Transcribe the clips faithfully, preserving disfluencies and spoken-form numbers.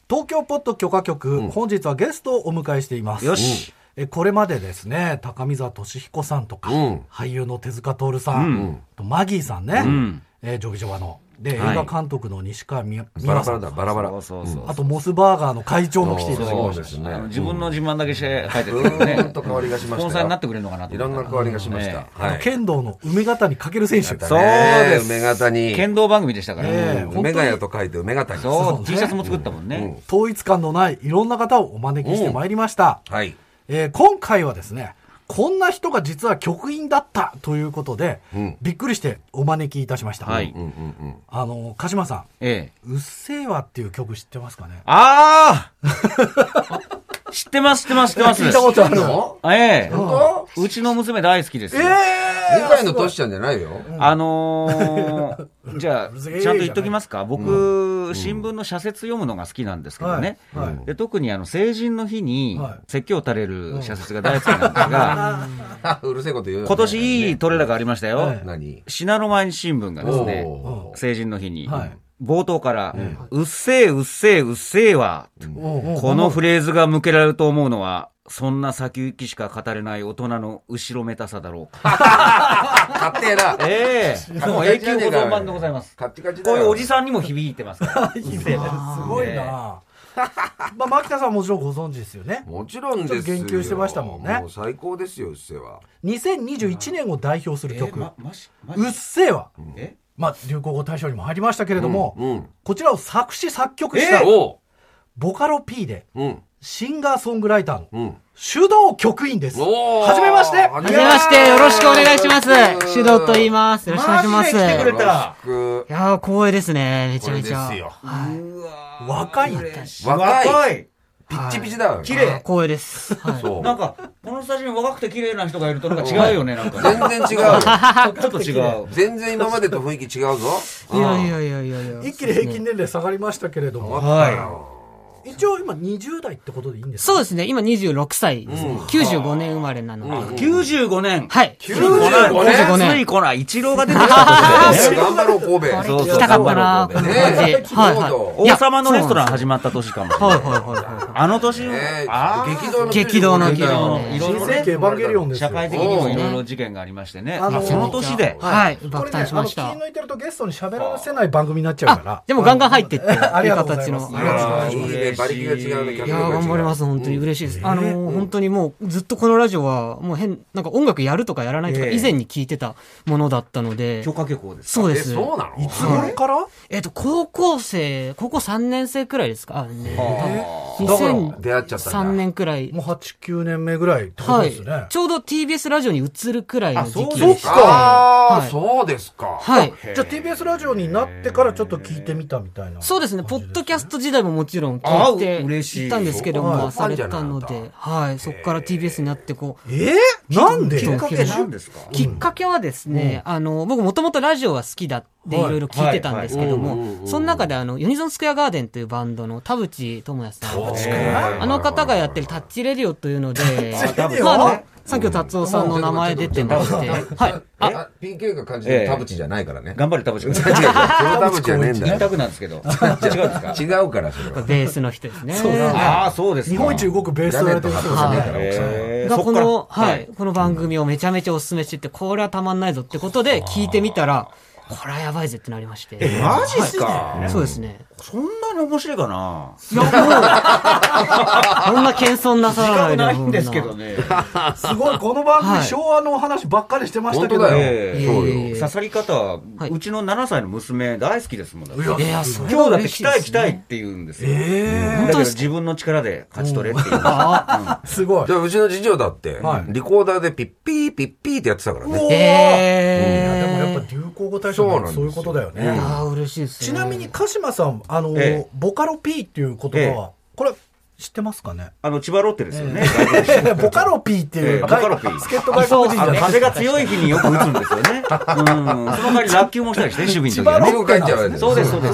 東京ポッド許可局、うん、本日はゲストをお迎えしています。 よし。 えこれまでですね、高見沢俊彦さんとか、うん、俳優の手塚徹さん、うん、とマギーさんね、うん、えー、ジョビジョバので、はい、映画監督の西川美和さん、 バラバラだバラバラ、 そうそうそうそう、あとモスバーガーの会長も来ていただきました。 そうですね、自分の自慢だけして書いてるけどね、 うんと変わりがしましたよ。 スポンサーになってくれるのかなと。 いろんな変わりがしました、ね、 はい、剣道の梅ヶ谷翔選手、そうです、梅ヶ谷剣道番組でしたから、ね、 梅ヶ谷と書いて梅ヶ谷、 そう、T シャツも作ったもんね、 うん、統一感のないいろんな方をお招きしてまいりました、 うん、はい、 えー、今回はですね、こんな人が実は局員だったということで、うん、びっくりしてお招きいたしました。はい、あの鹿島さん、ええ、うっせぇわっていう曲知ってますかね？ ああ知ってます知ってます知ってます。 聞いたことあるの？ ええ、本当？うちの娘大好きですよ。ええー、二回のトシちゃんじゃないよ。 あのー、じゃあちゃんと言っときますか。僕、うん、新聞の社説読むのが好きなんですけどね、はいはい、で特にあの成人の日に説教垂れる社説が大好きなんですが、 うん、うるせえこと言うよね。 今年いいトレーラーがありましたよ、はい、 何？ 信濃毎日新聞がですね、成人の日に、はい、冒頭から、うん、うっせーうっせーうっせーわ、うん、このフレーズが向けられると思うのはそんな先行きしか語れない大人の後ろめたさだろうか。 勝手な。 ええー、もう永久保存版でございます。 カッチカチこういうおじさんにも響いてますから。 いいね、すごいな。まあ、牧田さんもちろんご存知ですよね。 もちろんですよ。 言及してましたもんね。 もう最高ですよ、うっせぇわ。 にせんにじゅういちねんを代表する曲、えーま、うっせぇわ。えまあ、流行語大賞にも入りましたけれども、うんうん、こちらを作詞作曲した、えー、ボカロ P で、うん、シンガーソングライターの、うん手動局員です。はじめまして。 はじめまして。よろしくお願いします。手動と言います。よろしくお願いします。 マジで来てくれた。 いやー、光栄ですね。めちゃめちゃ。 ですよ。 はい、うわ若い。 若い。 ピッチピチだよ。 綺麗。 光栄です。 はい、そう。なんか、このスタジオに若くて綺麗な人がいるとなんか違うよね、なんか、 ね。全然違うよ。 ちょっと違う。 全然今までと雰囲気違うぞ。 いやいやいやいやいや。 一気に平均年齢下がりましたけれども。 はい。 一応今にじゅう代ってことでいいんですか？ そうですね。今にじゅうろくさいですね。うん、きゅうじゅうごねん生まれなので。 うん、きゅうじゅうごねん。 はい。 きゅうじゅうごねん。ついこら、イチローが出てきた年で。頑張ろう神戸。 そうそう。来たかったな、この感じ。はいはい。王様のレストラン始まった年かも。はいはいはい。あの年、 激動の激動の激動の。 いろいろね、エヴァンゲリオンですよ。 社会的にもいろいろ事件がありましてね。その年で。 はい。爆誕しました。 気抜いてるとゲストに喋らせない番組になっちゃうから。 でもガンガン入ってって。 ありがとうございます。 ありがとうございます。いいね、馬力が違うね。 いや頑張ります。本当に嬉しいです。あの本当にもうずっとこのラジオはもう変なんか音楽やるとかやらないとか以前に聞いてたものだったので。 許可局ですか？そうです。 そうなの？ いつ頃から？ えっと高校生高校さんねん生くらいですか？ね。 にせん出会っちゃったんだ。 さんねんくらい。 もうはちきゅうねんめぐらいってことですね。 ちょうど ティービーエス ラジオに移るくらいの時期でした。 ああそうですか。 はい。 じゃあ ティービーエス ラジオになってからちょっと聞いてみたみたいな。 そうですね。ポッドキャスト時代ももちろん聞いていたんですけども。されたので、はい、そこから ティービーエス になってこう、 えー、なんで？ きっかけなんですか？きっかけはですね、うん、あの僕もともとラジオが好きだっていろいろ聞いてたんですけども、その中であのユニゾンスクエアガーデンというバンドの田淵智也さん、あの方がやってるタッチレディオというので、まああのサンキュー達夫さんの名前出てまして、はい。 あ、ピーケー が感じる田淵じゃないからね。 頑張れ田淵。違う違う。 その田淵じゃねえんだよ。 言いたくなんですけど。違うんですか？ 違うからそれは。 ベースの人ですね。 ああ、そうです。 日本一動くベースをやってる人じゃねえから。がこのはいこの番組をめちゃめちゃお勧めしてて、これはたまんないぞってことで聞いてみたら。これはやばいぜってなりまして。 え、マジっすか？ はい、そうですね。 そんなに面白いかな？ いや、もう、こんな謙遜なさらないで。 ないんですけどね。 すごい、この番組、はい、昭和のお話ばっかりしてましたけど。 えー、そうよ。刺さり方は、はい、うちのななさいの娘大好きですもん。だって。いや、それ今日だって来たい来たいって言うんですよ。えー、だけど自分の力で勝ち取れって言う。 あ、うん、すごい。 じゃあ、うちの次女だって、はい、リコーダーでピッピーピッピーってやってたからね。 えー、うん、でもやっぱ流行語大賞ってそういうことだよね。 ああ、嬉しいですね。 ちなみに鹿島さん、あの、ええ、ボカロ P っていう言葉は、ええ、これ知ってますかね。 あの、千葉ロッテですよね。 ボカロ P っていう、ボカロ P。助っ人外国人じゃない。 風が強い日によく打つんですよね。うん。その代わり落球もしたりして、守備の時はね。 千葉ロッテそうです、そうです。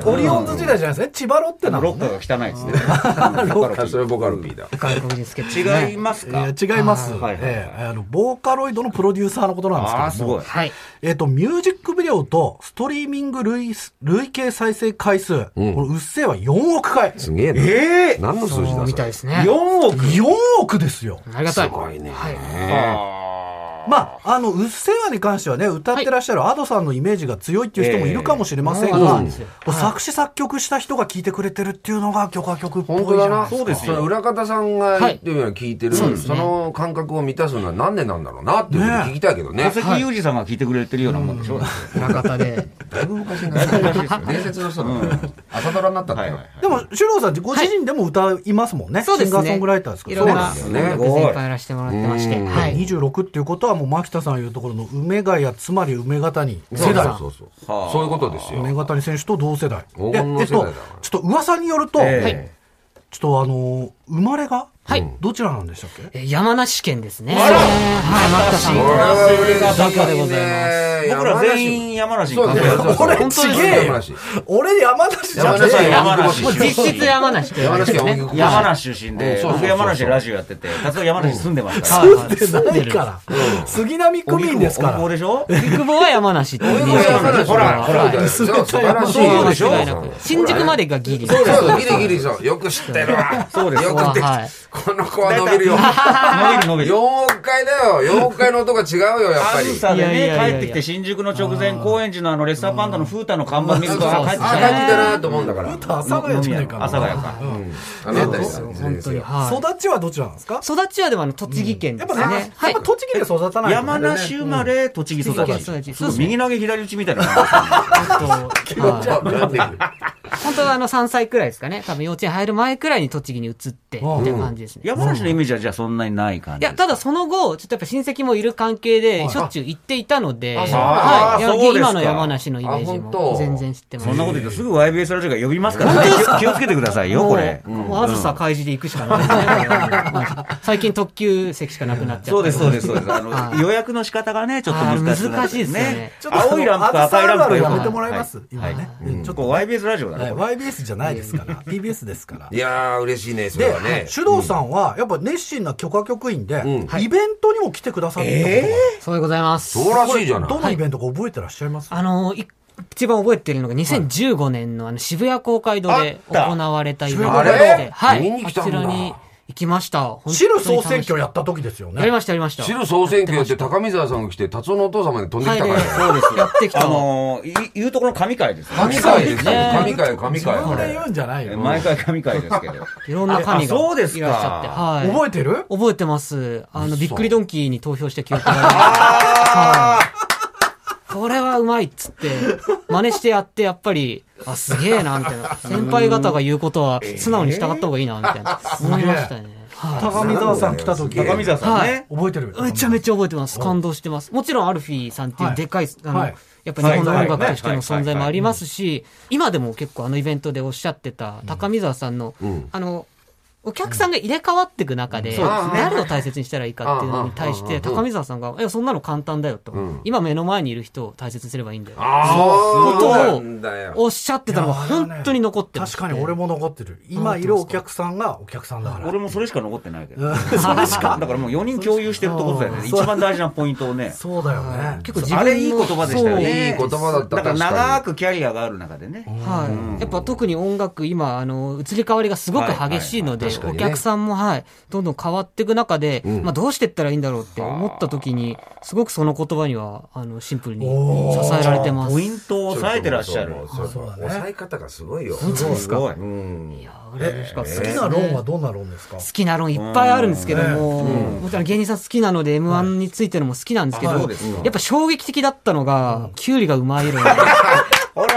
オリオンズ時代じゃないですね。千葉ロッテなの。 ロッテが汚いですね。 それボカロ P だ。 外国人助っ人。 違いますか？ 違います。あの、ボーカロイドのプロデューサーのことなんですけども。あ、すごい。 はい。 えっと、ミュージックビデオとストリーミング累計再生回数、このうっせぇわよんおくかい。 すげえな。 え何の数字だみたいですね。 よんおく ?よんおくですよ。 ありがたい。 すごいね。 はい。 まあ、あの、うっせぇわに関してはね、歌ってらっしゃる Ado さんのイメージが強いっていう人もいるかもしれませんが、作詞作曲した人が聴いてくれてるっていうのが許可曲っぽいじゃないですか。 そうですよ。裏方さんが言ってるように聞いてる、その感覚を満たすのはなんでなんだろうなっていうのを聞きたいけどね。 佐々木裕二さんが聞いてくれてるようなもんでしょ。 裏方で。 だいぶ昔になった伝説の人の朝ドラになったんだよ。 でも、シュローさんご自身でも歌いますもんね。 そうですね。 シンガーソングライターですから。 そうですよね。先輩やらせてもらってまして。 にじゅうろくっていうことはもう牧田さん言うところの梅ヶ谷、つまり梅ヶ谷世代。 そうそうそう。そういうことですよ。 梅ヶ谷選手と同世代。 黄金の世代だ。 ちょっと噂によると、ちょっとあの、生まれがはい。 どちらなんでしたっけ？山梨県ですね。 あら、 はい、牧田さん。これは東京でございます。 僕ら全員山梨に関係ある。俺ちげえよ。俺山梨じゃねえよ。 山梨。 実質山梨と。 山梨県山梨出身で、僕山梨でラジオやってて、達夫山梨住んでますから。 住んでないから。杉並区民ですから。 荻窪でしょ？ 荻窪は山梨っていう。 ほら、ほら、素晴らしいでしょ。 新宿までがギリ。 そうそう、ギリギリそう。よく知ってるわ。 そうです。 よくできこの子は伸びるよ。 伸びる伸びる。 よんおくかいだよ。よんおくかいの音が違うよ、やっぱり。 朝でね、帰ってきて新宿の直前、高円寺のあのレッサーパンダの風太の看板見ると、あ、帰ってきたな。帰ってきたなと思うんだから。 阿佐ヶ谷じゃないかな。 阿佐ヶ谷か。 あなたですよ、本当に。 育ちはどちらなんですか？ 育ちはでもあの、栃木県ですね。 やっぱ栃木で育たない。 山梨生まれ、栃木育ち。右投げ左打ちみたいな。 本当はあのさんさいくらいですかね。多分幼稚園入る前くらいに栃木に移ってっていう感じですね。 山梨のイメージはじゃあそんなにない感じ？ いや、ただその後、ちょっとやっぱ親戚もいる関係で、しょっちゅう行っていたので、 はい。 今の山梨のイメージも全然知ってます。 そんなこと言うとすぐ ワイビーエス ラジオが呼びますからね。気をつけてくださいよ、これ。 もうあずさ開示で行くしかないですね。最近特急席しかなくなっちゃった。 そうです、そうです、そうです。あの、予約の仕方がね、ちょっと難しい。 難しいですね。 青いランプか赤いランプかやめてもらえます今ね。 ちょっと ワイビーエス ラジオだね。 ワイビーエス じゃないですから。ピービーエス ですから。 いやー、嬉しいね、それはね。 手動さんは、やっぱ熱心な許可局員で、イベントにも来てくださったことが。 そうでございます。 そうらしいじゃない。 どのイベントか覚えてらっしゃいます？ あの、一番覚えてるのがにせんじゅうごねんのあの渋谷公会堂で行われたイベントで、はい。あちらに行きました。 汁総選挙やった時ですよね。 やりました、やりました。 汁総選挙やって高見沢さんが来て、達夫のお父様で飛んできたからね。 そうです。やってきた。 あの、言うところの神会です。 神会ですね。神会、神会。 これ言うんじゃないよ。 毎回神会ですけど。 いろんな神がいらっしゃって。 はい。覚えてる？ 覚えてます。あの、びっくりドンキーに投票した記憶があります。これはうまいっつって、真似してやって、やっぱり、あ、すげえな、みたいな。先輩方が言うことは、素直に従った方がいいな、みたいな。思いましたね。 高見沢さん来た時。 高見沢さんね。 覚えてる？ めちゃめちゃ覚えてます。感動してます。もちろん、アルフィーさんっていうでかい、あの、やっぱ日本の音楽としての存在もありますし、今でも結構あのイベントでおっしゃってた、高見沢さんの、あの、お客さんが入れ替わっていく中で、誰を大切にしたらいいかっていうのに対して、高見沢さんが、いや、そんなの簡単だよと。今目の前にいる人を大切にすればいいんだよ。そうことをおっしゃってたのが本当に残ってます。 確かに俺も残ってる。今いるお客さんがお客さんだから。 俺もそれしか残ってないけど。それしかだからもうよにん共有してるってことだよね。一番大事なポイントをね。 そうだよね。 結構自分あれいい言葉でしたよね。 いい言葉だった。 だから長くキャリアがある中でね。 はい。やっぱ特に音楽、今、あの、移り変わりがすごく激しいので、お客さんもはい、どんどん変わっていく中で、うん、まあどうしていったらいいんだろうって思った時に、すごくその言葉にはあのシンプルに支えられてます。 ポイントを押さえてらっしゃる。 押さえ方がすごいよ。 本当ですか？ うん。 いや嬉しかったです。 好きな論はどんな論ですか？ 好きな論いっぱいあるんですけども、もちろん芸人さん好きなので エムワン についてのも好きなんですけど、やっぱ衝撃的だったのが、キュウリがうまい論。 ほら、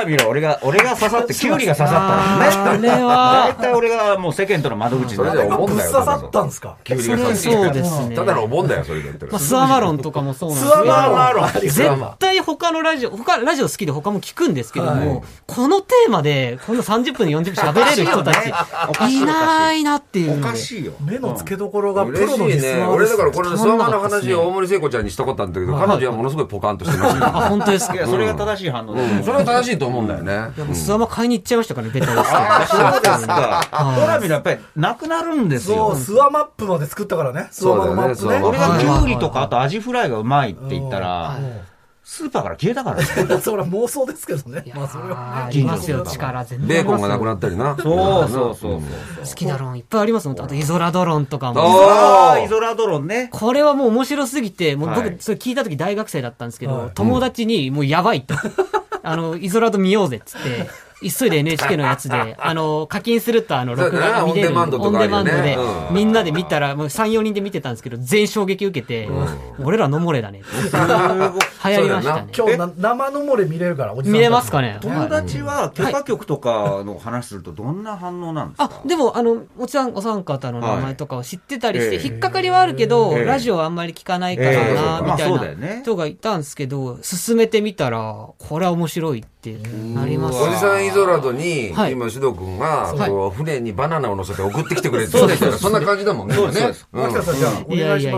ら見ろ、俺が、俺が刺さって、キュウリが刺さったのね。あれは。大体俺がもう世間との窓口になって。 それでお盆だよ。刺さったんですか？ キュウリが刺さった。そうですね。 ただのお盆だよ、それで言ってる。 まあ、スワマロンとかもそうなんですけど。 スワマロン。 絶対他のラジオ、他、ラジオ好きで他も聞くんですけども、このテーマで、このさんじゅっぷん、よんじゅっぷん喋れる人たち、いないなっていう。 おかしいよ。 目の付けどころがプロのリスナー。俺だからこれ、スワマの話を大森聖子ちゃんにしたことあるんだけど、彼女はものすごいポカンとしてました。 あ、本当ですか？ いや、それが正しい反応です。 それは正しいと思うんだよね。 スワマ買いに行っちゃいましたからね、ベタですあ、そうですか。ドラミのやっぱりなくなるんですよ。 そう、スワマップまで作ったからね。スワマのマップね。 俺がキュウリとか、あとアジフライがうまいって言ったら、スーパーから消えたからね。 それは妄想ですけどね。まあそれはありますよ、力全然。 ベーコンがなくなったりな。 そうそうそう。 好きだろんいっぱいありますもん。あとイゾラドロンとかも。 ああ、イゾラドロンね。 これはもう面白すぎて、もう僕それ聞いた時大学生だったんですけど、友達にもうやばいと。あの、イゾラド見ようぜっつって、急いで エヌエイチケー のやつで、あの、課金するとあの、録画が見れる。オンデマンドとか、ね、オンデマンドで、みんなで見たら、もうさん、よにんで見てたんですけど、全員衝撃受けて、俺らのもれだね。流行りましたね。 今日生のもれ見れるから、おじさん。 見れますかね。 友達は許可局とかの話するとどんな反応なんですか？ あ、でも、あの、おちゃん、お三方の名前とかを知ってたりして、引っかかりはあるけど、ラジオはあんまり聞かないからな、みたいな人がいたんですけど、進めてみたら、これは面白いってなります。 おじさんイゾラドに、今、獅童君が、船にバナナを乗せて送ってきてくれて、そうです。そんな感じだもんね。そうです。 牧田さん、じゃあ、お願いします。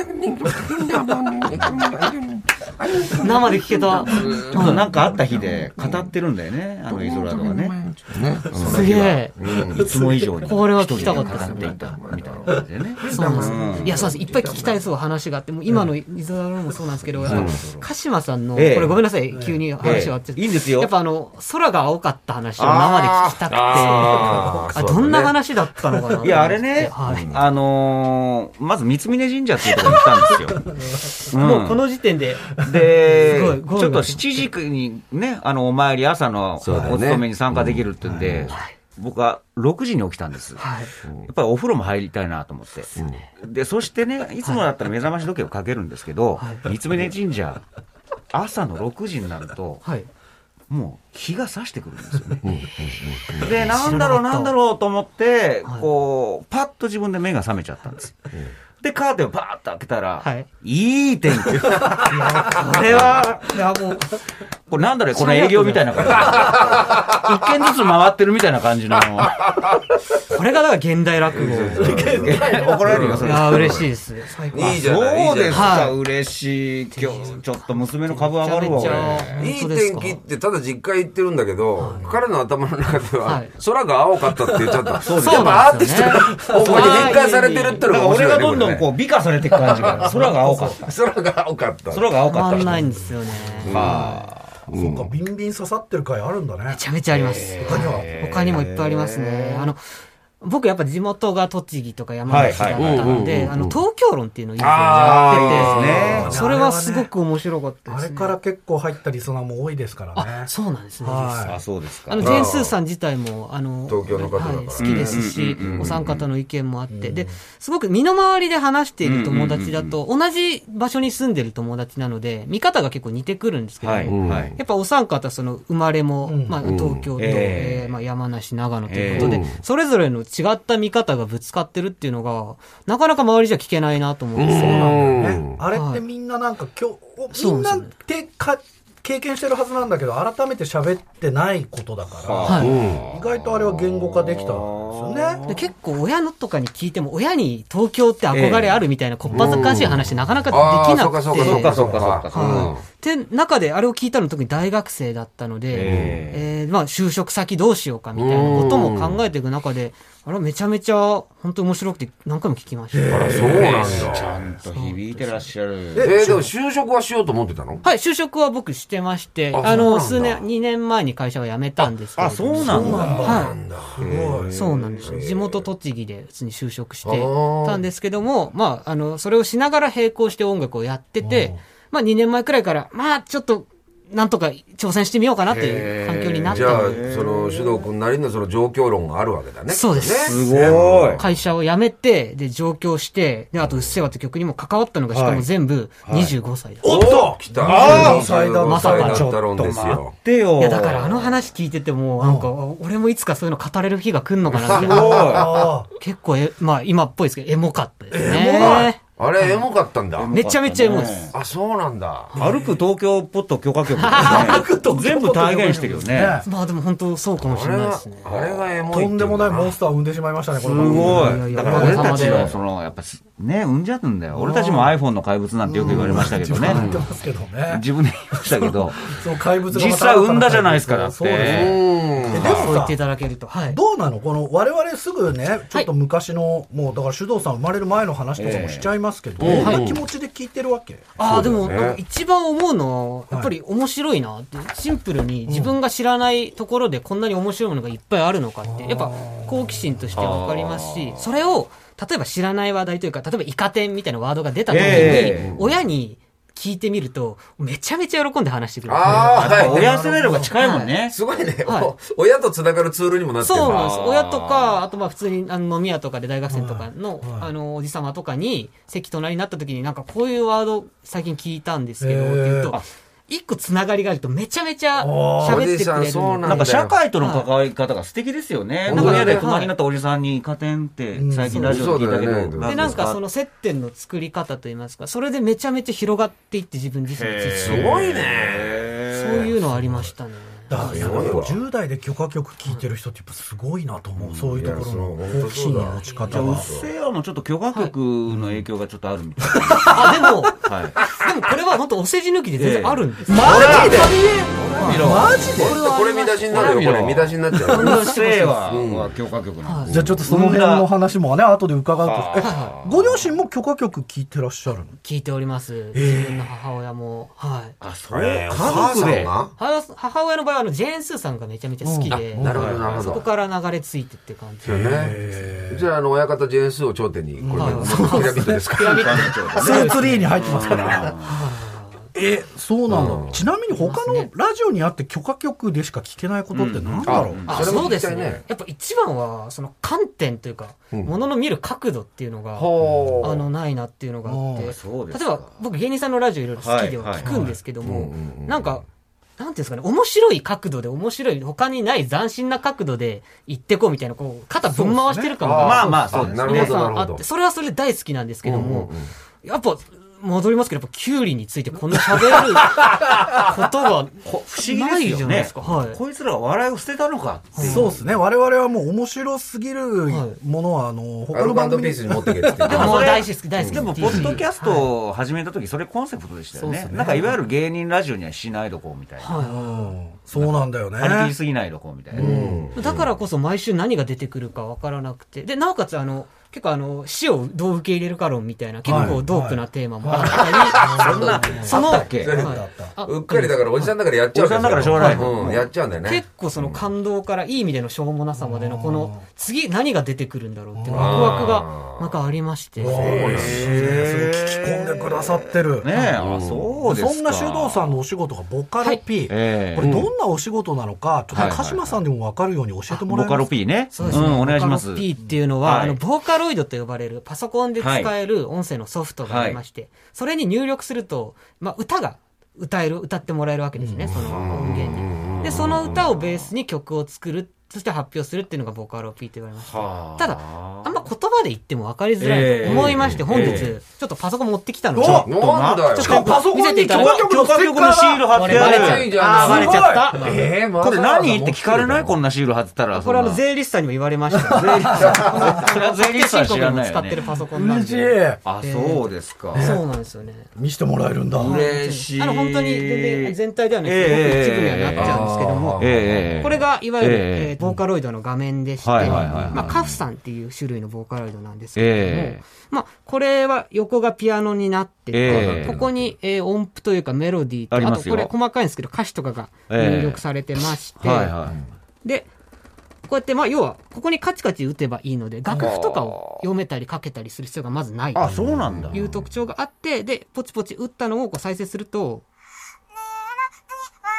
生で聞けた。 ちょっとなんかあった日で語ってるんだよね、あのイゾラドがね。 すげえ。 いつも以上に。 これは聞きたかったですね。みたいな感じでね。 そうなんです。いや、そうです。いっぱい聞きたいそう話があって、もう今のイゾラドもそうなんですけど、鹿島さんの、これごめんなさい、急に話があって。 いいんですよ。 やっぱあの、空が青かった話を生で聞きたくて、あ、どんな話だったのかな。 いや、あれね、あの、まず三峯神社っていうところに行ったんですよ。 もうこの時点で。 で、ちょっとしちじにね、あの、お参り朝のお勤めに参加できるってんで、僕はろくじに起きたんです。やっぱりお風呂も入りたいなと思って。で、そしてね、いつもだったら目覚まし時計をかけるんですけど、三峯神社、朝のろくじになると、もう日が差してくるんですよね。で、なんだろうなんだろうと思って、こう、パッと自分で目が覚めちゃったんです。で、カーテンをパーッと開けたら、はい、いい天気。いや、これは、いやもう、これなんだろう、この営業みたいな感じ。一軒ずつ回ってるみたいな感じの。 これがだから現代落語。 怒られるよ、それ。 いや、嬉しいです。 いいじゃない。 そうですか、嬉しい。今日、ちょっと娘の株上がるわ、 俺。いい天気って、ただ実家行ってるんだけど、彼の頭の中では、空が青かったって言っちゃった。そうですね。やっぱアーティストが、ここに変換されてるってのが面白い。 俺がどんどんこう美化されていく感じが。空が青かった。 空が青かった。 空が青かった。 変わんないんですよね。 まあ。 そっか、ビンビン刺さってる回あるんだね。 めちゃめちゃあります。他には他にもいっぱいありますね。あの、僕やっぱ地元が栃木とか山梨だったので、あの、東京論っていうのを以前やってて、それはすごく面白かったですね。 あれから結構入ったリスナーも多いですからね。 あ、そうなんですね。 あ、そうですか。 あの、ジェーンスーさん自体も、あの、 東京の方好きですし、お三方の意見もあって、で、すごく身の回りで話している友達だと、同じ場所に住んでる友達なので、見方が結構似てくるんですけど、やっぱお三方、その、生まれも、まあ、東京と、えーまあ、山梨、長野ということで、それぞれの違った見方がぶつかってるっていうのが、なかなか周りじゃ聞けないなと思うんですよ。 ね、あれってみんななんか今日、みんなってか経験してるはずなんだけど、改めて喋ってないことだから、はい、意外とあれは言語化できたんですよね。 で結構親のとかに聞いても、親に東京って憧れあるみたいなこっぱずかしい話なかなかできなくて。 そうかそうかそうか。 で、中であれを聞いたの特に大学生だったので、えー、まあ就職先どうしようかみたいなことも考えていく中で、あれめちゃめちゃ本当に面白くて何回も聞きました。 あら、そうなんだ。 ちゃんと響いてらっしゃる。 えー、でも就職はしようと思ってたの？ はい、就職は僕してまして、あの、数年、にねんまえに会社を辞めたんですけど。 あ、そうなんだ。 はい。すごい。そうなんですよ。地元栃木で普通に就職してたんですけども、まあ、あの、それをしながら並行して音楽をやってて、まあにねんまえくらいから、まあちょっと、 なんとか挑戦してみようかなという環境になったので。 じゃあ、その、首藤君なりのその状況論があるわけだね。 そうです。 すごい。 会社を辞めて、で、上京して、で、あと、うっせぇわって曲にも関わったのが、しかも全部にじゅうごさいだ。 おっと来た !にじゅうごさいだ。 まさかちょっと待ってよ。 いや、だからあの話聞いてても、なんか、俺もいつかそういうの語れる日が来るのかなって。結構、え、まあ、今っぽいですけど、エモかったですね。 あれ、エモかったんだ。 めちゃめちゃエモです。 あ、そうなんだ。 歩く東京ポット許可局全部体現してるよね。 まあでも本当そうかもしれないですね。 あれがエモい。 とんでもないモンスターを生んでしまいましたね、これ。 すごい。だから俺たちの、その、やっぱ、ね、生んじゃうんだよ。俺たちも iPhone の怪物なんてよく言われましたけどね。自分で言いましたけど。実際生んだじゃないですから。 そうです。 でもそう言っていただけると。 どうなのこの、我々すぐね、ちょっと昔の、もう、だから首藤さん生まれる前の話とかもしちゃいますけど、気持ちで聞いてるわけ。 ああ、でも、一番思うのは、やっぱり面白いなって、シンプルに自分が知らないところでこんなに面白いものがいっぱいあるのかって、やっぱ好奇心としてわかりますし、それを、例えば知らない話題というか、例えばイカ天みたいなワードが出た時に、親に聞いてみると、めちゃめちゃ喜んで話してくれる。 ああ、はい。 親世代の方が近いもんね。 すごいね。親と繋がるツールにもなってる。 そうなんです。親とか、あとまあ普通にあの飲み屋とかで大学生とかの、あの、おじさまとかに、席隣になった時になんかこういうワード最近聞いたんですけど、って言うと、一個つながりがあるとめちゃめちゃ喋ってくれる。 なんか社会との関わり方が素敵ですよね。なんか親で隣になったおじさんに加点って最近ラジオで聞いたけど。 で、なんかその接点の作り方といいますか、それでめちゃめちゃ広がっていって自分自身の知識。 すごいね。 そういうのありましたね。 だからじゅう代で許可曲聴いてる人ってやっぱすごいなと思う。そういうところの好奇心の持ち方が。うっせぇわもちょっと許可曲の影響がちょっとあるみたいな。 あ、でも、でもこれは本当お世辞抜きで全然あるんです。 マジでマジでこれ見出しになるよ、これ見出しになっちゃう。 うっせぇわは許可曲なんです。 じゃあちょっとその辺の話もね、後で伺うと。え、ご両親も許可曲聴いてらっしゃるの？ 聴いております。自分の母親も。はい。 あ、そう。家族で。 母親の場合はあのジェーンスーさんがめちゃめちゃ好きで、 なるほどなるほど。 そこから流れ着いてって感じ。 ね。じゃああの親方ジェーンスーを頂点にこれピラミッドですか？ピラミッド。 スーツリーに入ってますから。え、そうなんだ、うん、ちなみに他のラジオにあって許可局でしか聞けないことって何だろう、うん、 ああそうですね。やっぱ一番はその観点というか、うん、ものの見る角度っていうのが、うん、あのないなっていうのがあって、例えば僕芸人さんのラジオいろいろ好きでは聞くんですけども、なんかなんていうんですかね、面白い角度で面白い他にない斬新な角度で行ってこうみたいな、こう肩ぶん回してる感が、 ね、まあまあそうですね。 皆さんあって、それはそれ大好きなんですけども、うんうんうん、やっぱ戻りますけど、やっぱキュウリについてこんな喋ることが不思議ないじゃないですか。はい、 こいつらは笑いを捨てたのかっていう。 そうですね。我々はもう面白すぎるものは、あの、 他のバンドピースに持ってけって。 でも大好き、大好き。 でも、ポッドキャストを始めた時、それコンセプトでしたよね。なんか、いわゆる芸人ラジオにはしないどこうみたいな。 はい。そうなんだよね。 張り切りすぎないどこうみたいな。 だからこそ毎週何が出てくるかわからなくて。で、なおかつ、あの、結構あの、死をどう受け入れるか論みたいな、結構ドープなテーマもあったり、そんな、その、 うっかりだからおじさんだからやっちゃう。 おじさんだからしょうがない。 うん、やっちゃうんだよね。 結構その感動からいい意味でのしょうもなさまでの、この、次何が出てくるんだろうっていうワクワクが、なんかありまして。そうなんですね。聞き込んでくださってる。 ねえ、あ、そうですか。 そんな首藤さんのお仕事がボカロ P。これどんなお仕事なのか、ちょっと鹿島さんでもわかるように教えてもらえますか？ ボカロ P ね。 そうですね。お願いします。ボカロ P っていうのは、あの、ボーカロイドと呼ばれるパソコンで使える音声のソフトがありまして、はい、それに入力すると、まあ、歌が歌える、歌ってもらえるわけですね、その音源に。で、その歌をベースに曲を作る、そして発表するっていうのがボカロ P と言われました。ただ、あんま言葉で言っても分かりづらいと思いまして、えー、本日、えー、ちょっとパソコン持ってきたので、ちょっとなんだよ。 ちょっとパソコンに許可局のシール貼ってある。 バレちゃった。バレちゃった。 えー、これ何って聞かれない？こんなシール貼ってたら。 これあの、税理士さんにも言われました。税理士さん。それは税理士さん知らないよね。使ってるパソコンなんで。 あ、そうですか。 そうなんですよね。 見せてもらえるんだ。 嬉しい。 あの、本当に全然全体ではないですけど、一部にはなっちゃうんですけども、これがいわゆるボーカロイドの画面でして、まあ、カフさんっていう種類のボーカロイドなんですけれども、えー、まあ、これは横がピアノになってて、えー、ここに、えー、音符というかメロディーと、あ, あとこれ細かいんですけど歌詞とかが入力されてまして、えーはいはい、で、こうやってまあ要はここにカチカチ打てばいいので楽譜とかを読めたり書けたりする必要がまずないという特徴があって、でポチポチ打ったのをこう再生すると、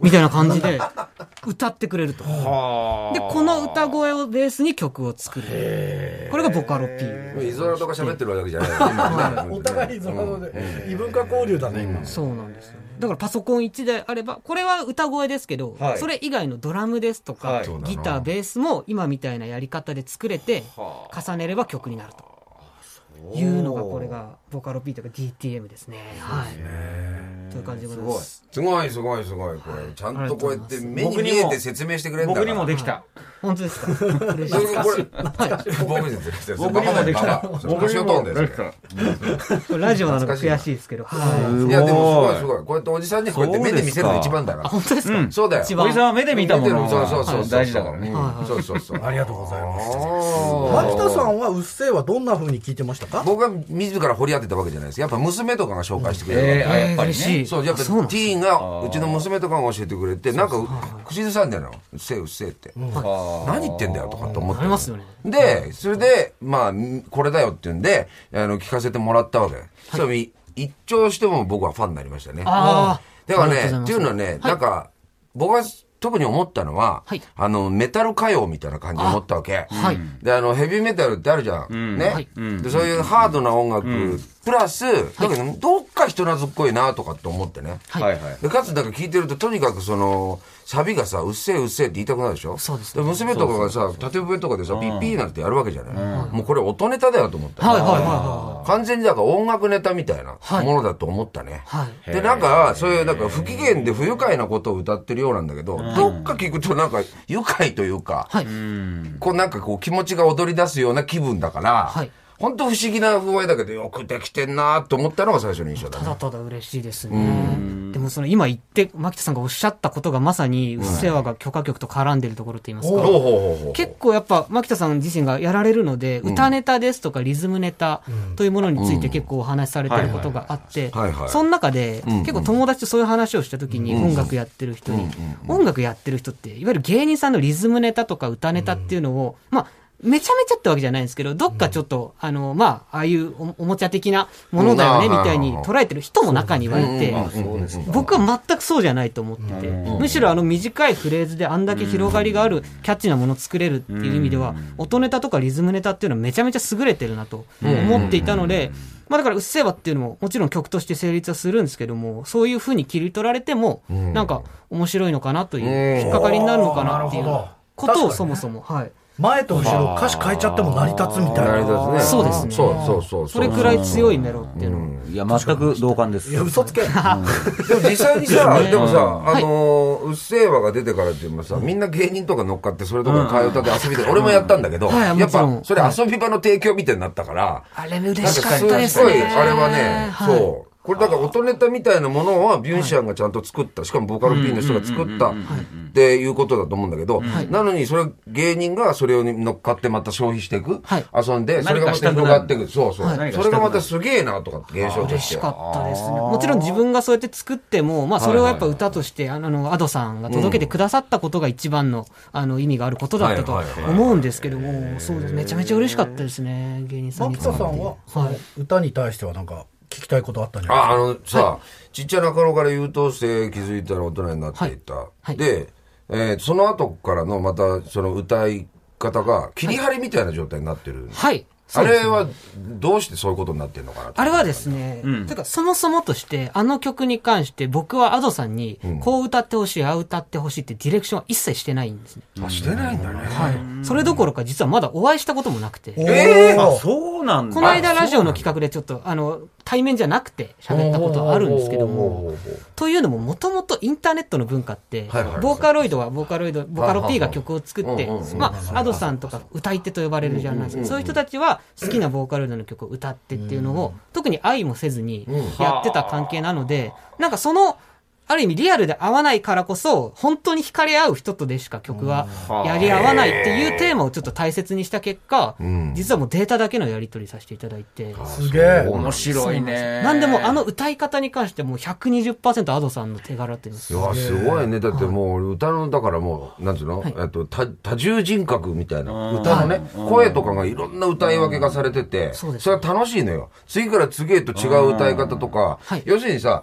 みたいな感じで歌ってくれると。で、この歌声をベースに曲を作る。これがボカロ P。 イゾラとか喋ってるわけじゃない。 お互いイゾラで異文化交流だね、今。 そうなんですよ。だからパソコンいちだいあれば、これは歌声ですけど、それ以外のドラムですとか、ギター、ベースも今みたいなやり方で作れて、重ねれば曲になると。いうのがこれがボカロ P とか ディーティーエム ですね。はい。という感じでございます。 すごいすごいすごいこれちゃんとこうやって目に見えて説明してくれるんだから。 僕にもできた。 本当ですか。嬉しいです。 僕にもできた。 僕にもできた。 僕にもできた。ラジオなのが悔しいですけど。 いやでもすごいすごい。こうやっておじさんにこうやって目で見せるの一番だから。 本当ですか。 そうだよ。 おじさんは目で見たもの。 そうそうそう大事だからね。 そうそうそう。 ありがとうございます。牧田さんはうっせぇはどんな風に聞いてましたか？ 僕は自ら掘り当てたわけじゃないです。やっぱ娘とかが紹介してくれる。 やっぱりね。 そうやっぱティーンがうちの娘とかが教えてくれて、なんか口ずさんでるの。うっせぇうっせぇって。何言ってんだよとかって思って。で、それで、まあ、これだよって言うんで、あの、聞かせてもらったわけ。それ一聴しても僕はファンになりましたね。だからね、っていうのはね、なんか、僕は特に思ったのは、あの、メタル歌謡みたいな感じで思ったわけ。で、あの、ヘビーメタルってあるじゃん。ね。で、そういうハードな音楽、プラス、だけど、どっか人懐っこいなとかって思ってね。で、かつ、なんか聞いてると、とにかくその、サビがさ、うっせぇうっせぇって言いたくなるでしょ。 そうですね。娘とかがさ、縦笛とかでさ、ピッピーなんてやるわけじゃない。もうこれ音ネタだよと思った。 はいはいはい。 完全にだから音楽ネタみたいなものだと思ったね。で、なんか、そういう、なんか不機嫌で不愉快なことを歌ってるようなんだけど、どっか聞くとなんか愉快というか、こうなんかこう気持ちが踊り出すような気分だから、本当不思議な風合いだけどよくできてんなと思ったのが最初の印象だね。 ただただ嬉しいですね。でもその今言って牧田さんがおっしゃったことがまさにうっせぇわが許可曲と絡んでるところと言いますか、結構やっぱ牧田さん自身がやられるので、歌ネタですとかリズムネタというものについて結構お話しされてることがあって、その中で結構友達とそういう話をした時に音楽やってる人に、音楽やってる人っていわゆる芸人さんのリズムネタとか歌ネタっていうのをまあめちゃめちゃってわけじゃないんですけど、どっかちょっと、うん、あの、まあ、ああいうお、おもちゃ的なものだよね、みたいに捉えてる人も中にはいて、僕は全くそうじゃないと思ってて、むしろあの短いフレーズであんだけ広がりがあるキャッチなものを作れるっていう意味では、音ネタとかリズムネタっていうのはめちゃめちゃ優れてるなと思っていたので、まあだからうっせぇわっていうのももちろん曲として成立はするんですけども、そういう風に切り取られても、なんか面白いのかなという、引っかかりになるのかなっていうことをそもそも、はい。 前と後ろ歌詞変えちゃっても成り立つみたいな。 成り立つね。 そうですね。 そうそうそう。 それくらい強いメロっていうの。 いや、全く同感です。 いや、嘘つけ。でも実際にさ、でもさ、あの、うっせぇわが出てからっていうのはさ、みんな芸人とか乗っかって、それとか替え歌で遊びで、俺もやったんだけど、やっぱ、それ遊び場の提供みたいになったから、 あれ嬉しかったですね。 すごい、あれはね、そう。これだから音ネタみたいなものはビュンシャンがちゃんと作った、しかもボカロ P の人が作ったっていうことだと思うんだけど、なのにそれ芸人がそれを乗っかってまた消費していく、遊んで、それがまた広がっていく。そうそう。それがまたすげえなとかって現象として。 嬉しかったですね。もちろん自分がそうやって作っても、まあそれをやっぱ歌として、あの、アドさんが届けてくださったことが一番の、あの、意味があることだったと思うんですけども、そうです。めちゃめちゃ嬉しかったですね、芸人さんに。 牧田さんは、歌に対してはなんか、聞きたいことあったんじゃないですか。あ、あのさ、はい、ちっちゃな頃から優等生気づいたら大人になっていった。はいはい、で、えー、その後からのまたその歌い方が切り張りみたいな状態になってる。 はい。 あれはどうしてそういうことになってるのかな。 あれはですね、うん、てかそもそもとしてあの曲に関して僕は Ado さんにこう歌ってほしい、うん、ああ歌ってほしいってディレクションは一切してないんですね。 あ、してないんだね。 はい。それどころか実はまだお会いしたこともなくて。 えー、 あ、そうなんだ。 この間ラジオの企画でちょっとあの対面じゃなくて喋ったことあるんですけども、というのももともとインターネットの文化って、はいはいはい、ボーカロイドはボーカロイド、ボカロ P が曲を作って、まあ、Ado さんとか歌い手と呼ばれるジャンルなんですけど、そういう人たちは好きなボーカロイドの曲を歌ってっていうのを、特に愛もせずにやってた関係なので、なんかその、ある意味リアルで合わないからこそ、本当に惹かれ合う人とでしか曲はやり合わないっていうテーマをちょっと大切にした結果、実はもうデータだけのやり取りさせていただいて。 すげえ。 面白いね。 なんでもあの歌い方に関してもう ひゃくにじゅっパーセント Ado さんの手柄っていうんですよ。いや、すごいね。だってもう歌の、だからもう、なんつうの、はい、えっと、多、多重人格みたいな。歌のね、声とかがいろんな歌い分けがされてて、それは楽しいのよ。次から次へと違う歌い方とか、要するにさ、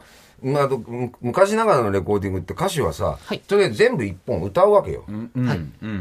まあ、昔ながらのレコーディングって歌手はさ、はい、とりあえず全部一本歌うわけよ。はい、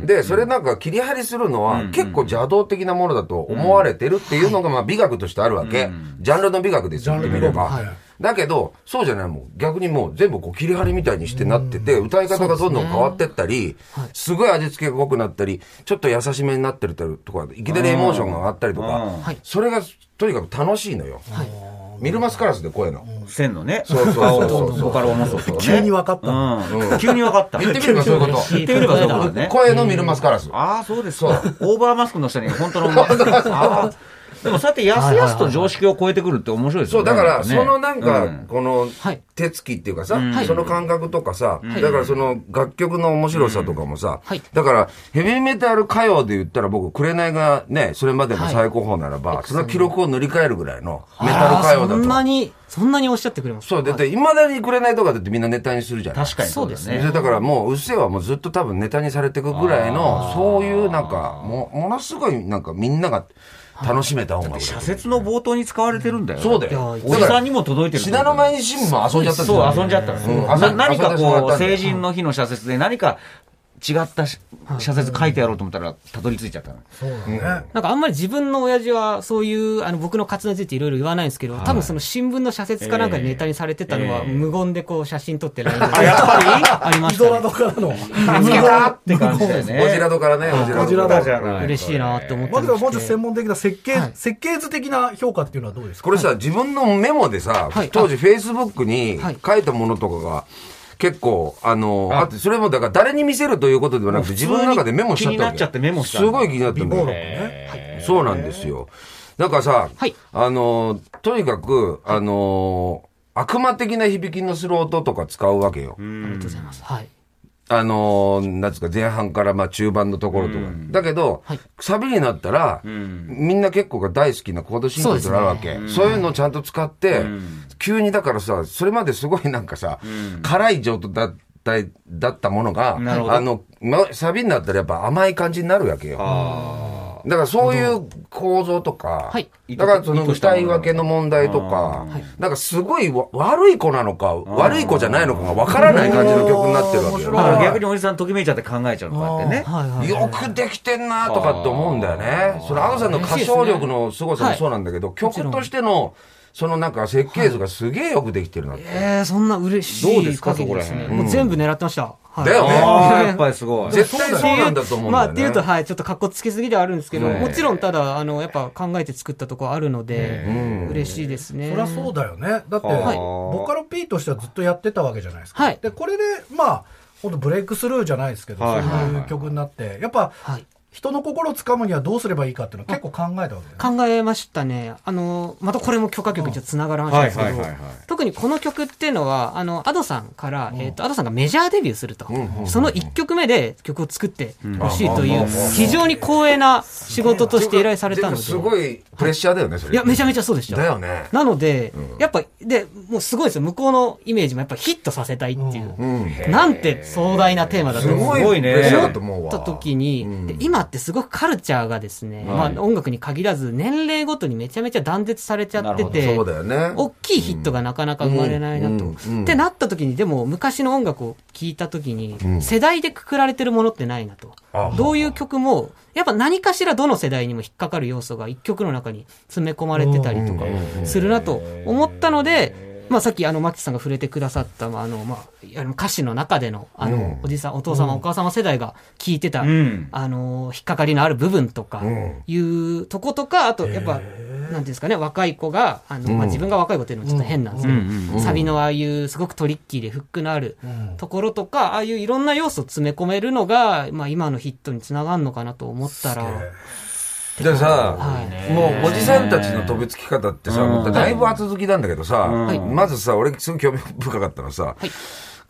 で、それなんか切り張りするのは、うん、結構邪道的なものだと思われてるっていうのが、まあ美学としてあるわけ。うん、ジャンルの美学ですよ、言ってみれば。はい、だけど、そうじゃないもん。逆にもう全部こう切り張りみたいにしてなってて、うん、歌い方がどんどん変わってったり、すね、すごい味付けが濃くなったり、ちょっと優しめになってるとか、いきなりエモーションが上がったりとか、それがとにかく楽しいのよ。はい、ミルマスカラスで声の。 せんのね。 そうそうそうそう。 ボカロもそうそう。 急に分かった。 うん。急に分かった。 言ってみればそういうこと。 言ってみればそういうことね。 声のミルマスカラス。 ああ、そうですか。オーバーマスクの下に本当のマスク。でもそうやってやすやすと常識を超えてくるって面白いですよね。 そう、だから、そのなんか、この、手つきっていうかさ、その感覚とかさ、だからその楽曲の面白さとかもさ、だからヘビーメタル歌謡で言ったら僕、紅がね、それまでの最高峰ならば、その記録を塗り替えるぐらいのメタル歌謡だと。 そんなに、そんなにおっしゃってくれますそう、だって未だに紅とかだってみんなネタにするじゃない。 確かにそうですね。 だからもう、うっせぇはもうずっと多分ネタにされていくぐらいの、そういうなんか、も、ものすごいなんかみんなが、楽しめた音楽。 社説の冒頭に使われてるんだよ。 そうだよ。 おじさんにも届いてる。 信濃毎日新聞も遊んじゃったんそう、遊んじゃった。何かこう、成人の日の社説で何か違った社説書いてやろうと思ったら、たどり着いちゃったの。 そうだね。 なんかあんまり自分の親父はそういう、あの、僕の活動についていろいろ言わないんですけど、多分その新聞の社説かなんかでネタにされてたのは、無言でこう写真撮ってラインで。 あ、やっぱりありました。 イドラドからの。 見つけたって感じだよね。 ゴジラドからね、ゴジラドじゃない。 嬉しいなって思ってまずはもうちょっと専門的な設計、設計図的な評価っていうのはどうですか？ これさ、自分のメモでさ、当時フェイスブックに書いたものとかが、結構、あの、あって、それもだから誰に見せるということではなくて、自分の中でメモしちゃったわけ。 気になっちゃってメモした。 すごい気になったんだよ。ね、そうなんですよ。なんかさ、はい、あの、とにかく、あの、悪魔的な響きのする音とか使うわけよ。 ありがとうございます。はい。 あのー、なんですか、前半からまあ中盤のところとか。だけど、はい、サビになったら、みんな結構が大好きなコード進行となるわけ。そう、ね、そういうのをちゃんと使って、急にだからさ、それまですごいなんかさ、辛い状態だっただったものが、あの、ま、サビになったらやっぱ甘い感じになるわけよ。だからそういう構造とか、はい、だからその歌い分けの問題とか、なんかすごい悪い子なのか、悪い子じゃないのかがわからない感じの曲になってるわけよ。 だから逆におじさんときめいちゃって考えちゃうのかってね。 よくできてんなとかって思うんだよね。そのアドさんの歌唱力の凄さもそうなんだけど、曲としての、そのなんか設計図がすげえよくできてるなって。 ええ、そんな嬉しい。どうですか、そこら辺。もう全部狙ってました。 だよね。 やっぱりすごい。 絶対そうなんだと思うんだよね。 まあ、っていうと、はい、ちょっと格好つけすぎではあるんですけど、もちろん、ただ、あの、やっぱ考えて作ったところあるので、嬉しいですね。 そりゃそうだよね。だって、ボカロ P としてはずっとやってたわけじゃないですか。はい。で、これで、まあ、本当ブレイクスルーじゃないですけど、そういう曲になって、やっぱ、人の心をつかむにはどうすればいいかっていうのを結構考えたわけですね。 考えましたね。あの、またこれも許可曲にちょっと繋がる話なんですけど、特にこの曲っていうのは、あの、アドさんから、うん、えっ、ー、と、アドさんがメジャーデビューすると。うんうん、その一曲目で曲を作ってほしいという、非常に光栄な仕事として依頼されたので。 すごいプレッシャーだよね、それ。 いや、めちゃめちゃそうでした。 だよね。 なので、うん、やっぱ、で、もうすごいですよ。向こうのイメージもやっぱヒットさせたいっていう。うんうん、なんて壮大なテーマだと思う。 すごいね。 思った時に、うん、今ってすごくカルチャーがですね、はい、まあ音楽に限らず年齢ごとにめちゃめちゃ断絶されちゃってて、 そうだよね。 大きいヒットがなかなか生まれないなと。うんうんうん、ってなった時に、でも昔の音楽を聴いた時に、うん、世代でくくられてるものってないなと。どういう曲も、やっぱ何かしらどの世代にも引っかかる要素が一曲の中に詰め込まれてたりとかするなと思ったので、まあさっきあの、マッチさんが触れてくださった、あの、まあ、歌詞の中での、あの、うん、おじさん、お父様、うん、お母様世代が聞いてた、うん、あの、引っかかりのある部分とか、いうとことか、あと、やっぱ、なんていうんですかね、若い子が、あの、まあ、自分が若い子っていうのはちょっと変なんですけど、うん、サビのああいうすごくトリッキーでフックのあるところとか、ああいういろんな要素を詰め込めるのが、まあ今のヒットにつながるのかなと思ったら、 でさ、はい、もうおじさんたちの飛びつき方ってさ、うん、だいぶ後付きなんだけどさ、はい、まずさ、俺すごい興味深かったのさ、はい、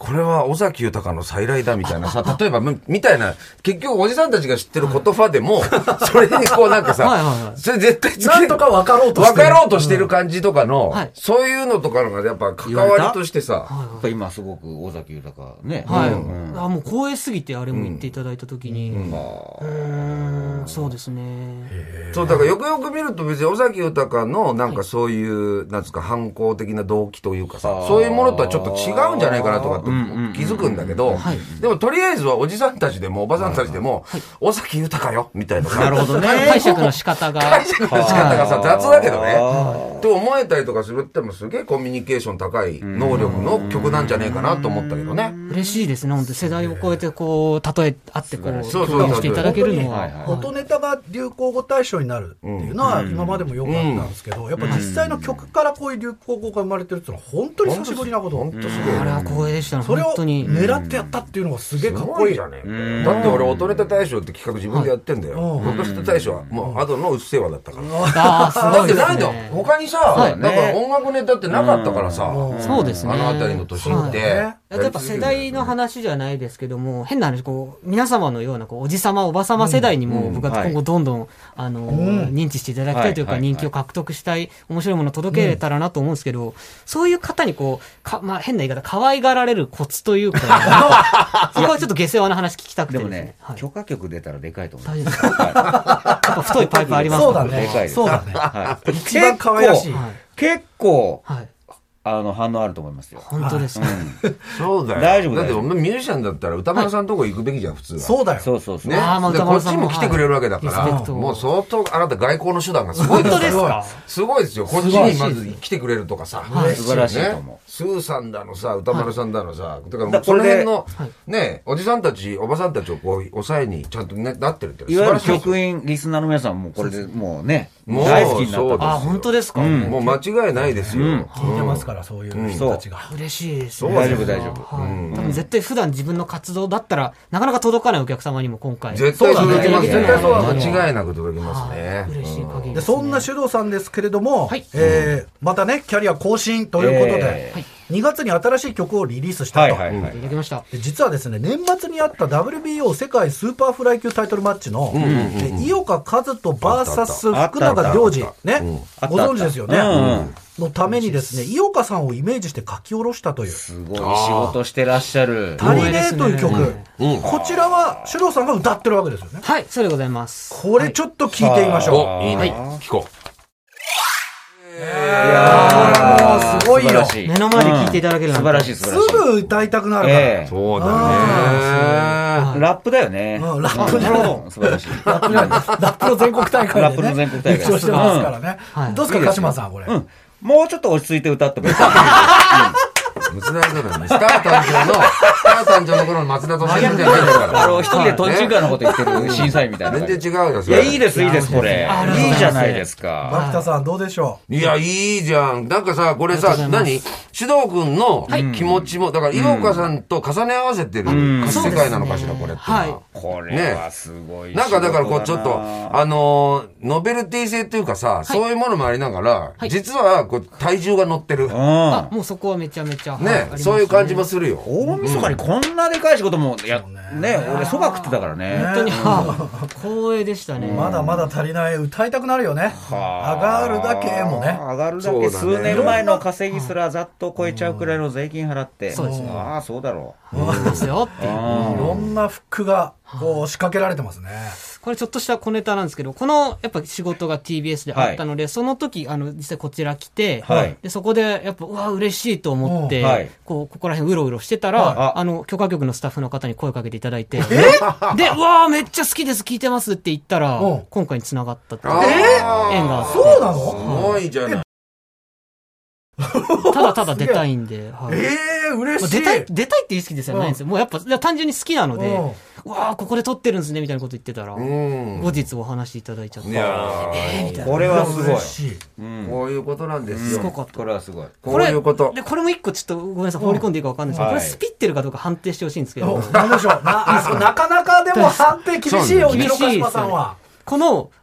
これは尾崎豊の再来だみたいなさ、例えば、みたいな、結局おじさんたちが知ってる言葉でも、それにこうなんかさ、それ絶対つけなんとか分かろうとしてる。分かろうとしてる感じとかの、そういうのとかのがやっぱ関わりとしてさ、 今すごく尾崎豊ね。 はい。あ、もう光栄すぎてあれも言っていただいたときに、うん、そうですね。 そう、だからよくよく見ると別に尾崎豊のなんかそういう、なんですか、反抗的な動機というかさ、そういうものとはちょっと違うんじゃないかなとかって、気づくんだけど、はい、でもとりあえずはおじさんたちでもおばさんたちでも、はい、尾崎豊よみたいな。 なるほどね。 解釈の仕方が。 解釈の仕方がさ、雑だけどね。って思えたりとかするってもすげえコミュニケーション高い能力の曲なんじゃねえかなと思ったけどね。 嬉しいですね。本当世代を超えてこう、例えあってこう、表現していただけるのは。 音ネタが流行語大賞になるっていうのは今までもよくあったんですけど、やっぱ実際の曲からこういう流行語が生まれてるっていうのは本当に久しぶりなこと。 本当すげえ。 あれは光栄でしたね。 それを狙ってやったっていうのがすげえかっこいいじゃねえ。だって俺音ネタ大賞って企画自分でやってんだよ。音ネタ大賞はもうアドのうっせぇわだったから。 ああ、すごいですね。 だってないんだよ。他にさ、だから音楽ネタってなかったからさ、 そうですね。 あのあたりの年って。 やっぱ世代の話じゃないですけども、変な話、こう、皆様のような、こう、おじさま、おばさま世代にも、僕は今後どんどん、あの、認知していただきたいというか、人気を獲得したい、面白いものを届けれたらなと思うんですけど、そういう方にこう、か、まあ、変な言い方、可愛がられるコツというか、そこはちょっと下世話な話聞きたくて。 でもね、許可局出たらでかいと思う。 大丈夫ですか？やっぱ太いパイプありますからね。そうだね。そうだね。一番可愛らしい。 結構、あの、反応あると思いますよ。 本当ですか。 そうだよ。 大丈夫だって、ミュージシャンだったら歌丸さんのとこ行くべきじゃん、普通は。 そうだよ。 そうそうそう。 ね。こっちも来てくれるわけだから、もう相当、あなた外交の手段がすごいですよ。すごいですよ。こっちにまず来てくれるとかさ。 素晴らしいと思う。 スーさんだのさ、歌丸さんだのさ、だからその辺の、ね、おじさんたち、おばさんたちをこう、抑えにちゃんとなってるって。 いわゆる局員、リスナーの皆さんもこれでもうね、大好きになった。 あ、本当ですか？ もう間違いないですよ。 聞いてますから、そういう人たちが。 嬉しいですね。 大丈夫、大丈夫。 多分絶対普段自分の活動だったら、なかなか届かないお客様にも今回。 絶対届きます。絶対そう間違いなく届きますね。 嬉しい限り。 で、そんな首藤さんですけれども、えまたね、キャリア更新ということで、にがつに新しい曲をリリースしたと。 いただきました。 実はですね、年末にあった ダブリュービーオー 世界スーパーフライ級タイトルマッチの、井岡一翔 ブイエス 福永良二、ね、ご存知ですよね。のためにですね、井岡さんをイメージして書き下ろしたという。 すごい仕事してらっしゃる。 足りねえという曲。こちらは、首藤さんが歌ってるわけですよね。 はい、そうでございます。 これちょっと聞いてみましょう。 いいね。聞こう。 いやー、もうすごいよ。 目の前で聞いていただけるの素晴らしい、素晴らしい。 すぐ歌いたくなるから。 そうだね。 ラップだよね。 ラップなるほど。素晴らしい。 ラップの全国大会で。 ラップの全国大会。 優勝してますからね。どうですか、鹿島さん、これ。 もうちょっと落ち着いて歌ってもいい。 松田だからスター誕生の、スター誕生の頃の松田と先生じゃないんだから。 あの、一人でトンチンカーのこと言ってる審査員みたいな。 全然違うよ、 いや、いいです、いいです、これ。いいじゃないですか。 牧田さん、どうでしょう？いや、いいじゃん。なんかさ、これさ、何獅童君の気持ちも、だから、井岡さんと重ね合わせてる世界なのかしら、これって。 はい。 これはすごい。 なんか、だから、こう、ちょっと、あの、ノベルティ性っていうかさ、そういうものもありながら、実は、こう、体重が乗ってる。 あ、もうそこはめちゃめちゃ。 ね、そういう感じもするよ。 大晦日にこんなでかい仕事もや、ね、俺そば食ってたからね。 本当に、光栄でしたね。 まだまだ足りない、歌いたくなるよね。上がるだけもね。 上がるだけ、数年前の稼ぎすらざっと超えちゃうくらいの税金払って。そうですね。ああ、そうだろう。 そうですよっていう。いろんなフックが、こう、仕掛けられてますね。 これちょっとした小ネタなんですけど、この、やっぱ仕事が ティービーエス であったので、はい、その時、あの、実際こちら来て、はい、で、そこで、やっぱ、うわ、嬉しいと思って、はい、こう、ここら辺うろうろしてたら、はい、あ, あの、許可局のスタッフの方に声かけていただいて、で、うわ、めっちゃ好きです、聞いてますって言ったら、今回に繋がったっていう縁があって。 そうなの？ すごいじゃない。 ただただ出たいんで。 はい、ええー、嬉しい。 出たい、出たいっていう意識ですよ、ないんですよ。もうやっぱ、単純に好きなので、うわー、ここで撮ってるんですね、みたいなこと言ってたら、後日お話いただいちゃって。いやー、 えー、みたいな。これはすごい。 うん、こういうことなんですよ。 すごかった。 これはすごい。 こういうこと。 で、これも一個ちょっとごめんなさい、放り込んでいいかわかんないですけど、これスピってるかどうか判定してほしいんですけど。 なんでしょう。なかなかでも判定厳しいよ、うちの鹿島さんは。 この、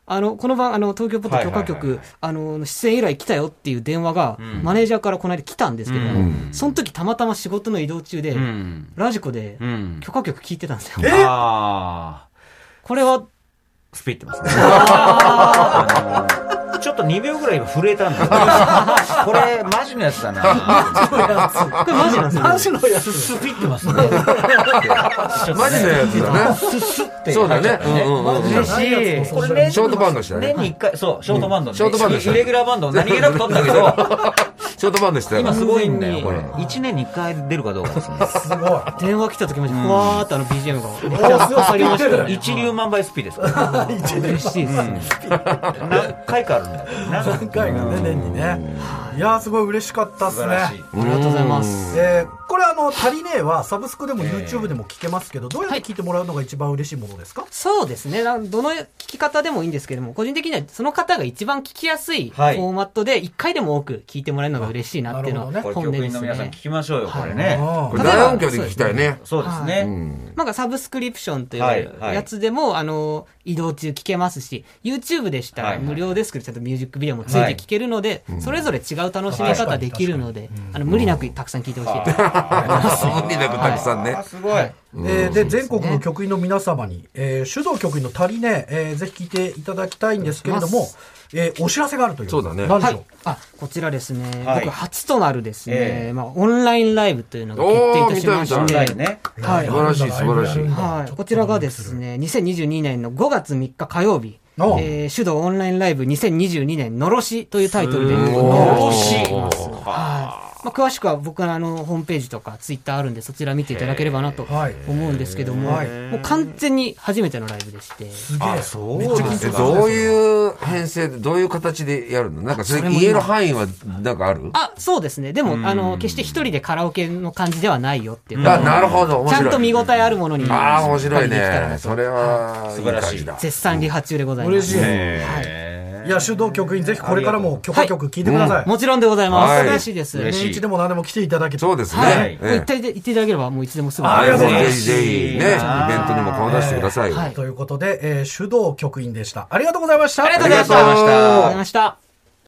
あの、この番、あの、東京ポッド許可局、あの、出演依頼来たよっていう電話が、マネージャーからこの間来たんですけども、その時たまたま仕事の移動中で、ラジコで許可局聞いてたんですよ。 えこれは、 スピってますね。あのちょっとにびょうぐらい今震えたんだけど、これマジのやつだな。 これマジなんですよ。 マジのやつ。 スピってますね。 マジのやつだね。 ススってそうだね。 嬉しい。これね、 ショートバンドしたね。 年にいっかい、そう、ショートバンド。 ショートバンドした。 イレギュラーバンド何気なく撮ったけど、 ショートバンドしたよ。 今すごいんだよ、これ。いちねんにいっかい出るかどうかですね。 すごい。 電話来た時マジふわーっとあの ビージーエム が。めっちゃ刺さりましたね。 一粒万倍スピですから。 嬉しいですね。 何回かあるんだけどな。 何回かね、年にね。いやー、すごい嬉しかったっすね。 ありがとうございます。 えー、これあの、足りねえはサブスクでも YouTube でも聞けますけど、どうやって聞いてもらうのが一番嬉しいものですか？ そうですね。どの聞き方でもいいんですけども、個人的にはその方が一番聞きやすいフォーマットで一回でも多く聞いてもらえるのが嬉しいなっていうのは本音ですね。 局員の皆さん聞きましょうよ、これね。 これ大音響で聞きたいね。 そうですね。 なんかサブスクリプションというやつでも、あの、移動中聞けますし、YouTube でしたら無料ですけど、ちゃんとミュージックビデオもついて聞けるので、それぞれ違う楽しみ方できるので、あの、無理なくたくさん聞いてほしいと思います。 無理なくたくさんね。 すごい。 えー、で、全国の局員の皆様に、えー、手動局員の足りねえ、えー、ぜひ聞いていただきたいんですけれども、えー、お知らせがあるという。 そうだね。 何でしょう、はい、 あ、こちらですね、はい、僕初となるですね、えー、まあ、オンラインライブというのが決定いたしまして、 ね、 はい、素晴らしい、素晴らしい。 はい。こちらがですね、にせんにじゅうにねんのごがつみっか火曜日、えー、手動オンラインライブにせんにじゅうにねんのろしというタイトルで、のろしはい。まあ、詳しくは僕のあのホームページとかツイッターあるんでそちら見ていただければなと思うんですけども、はい、もう完全に初めてのライブでして。 すげえ。 そうですね。どういう編成で、どういう形でやるの？なんかそれ言える範囲はなんかある？ あ、そうですね。でも、あの、決して一人でカラオケの感じではないよっていう。 あ、なるほど。面白い。 ちゃんと見応えあるものに。 ああ、面白いね。それは、 素晴らしい。 絶賛リハ中でございます。 嬉しい。はいいや、手動局員ぜひこれからも許可局聞いてください。はいうん、もちろんでございます。はい、嬉しいです。 年一でも何でも来ていただけそうですね。 はい。言っていただければもういつでもすぐ。 ありがとうございます。 ぜひぜひね、イベントにも顔出してください。 はい。ということで、えー、手動局員でした。ありがとうございました。 ありがとうございました。ありがとうございました。